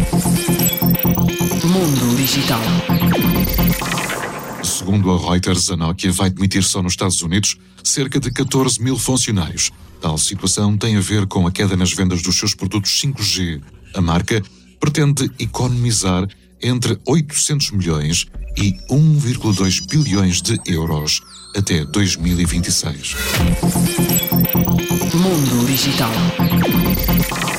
Mundo Digital. Segundo a Reuters, a Nokia vai demitir só nos Estados Unidos cerca de 14 mil funcionários. Tal situação tem a ver com a queda nas vendas dos seus produtos 5G. A marca pretende economizar entre 800 milhões e 1,2 bilhões de euros até 2026. Mundo Digital.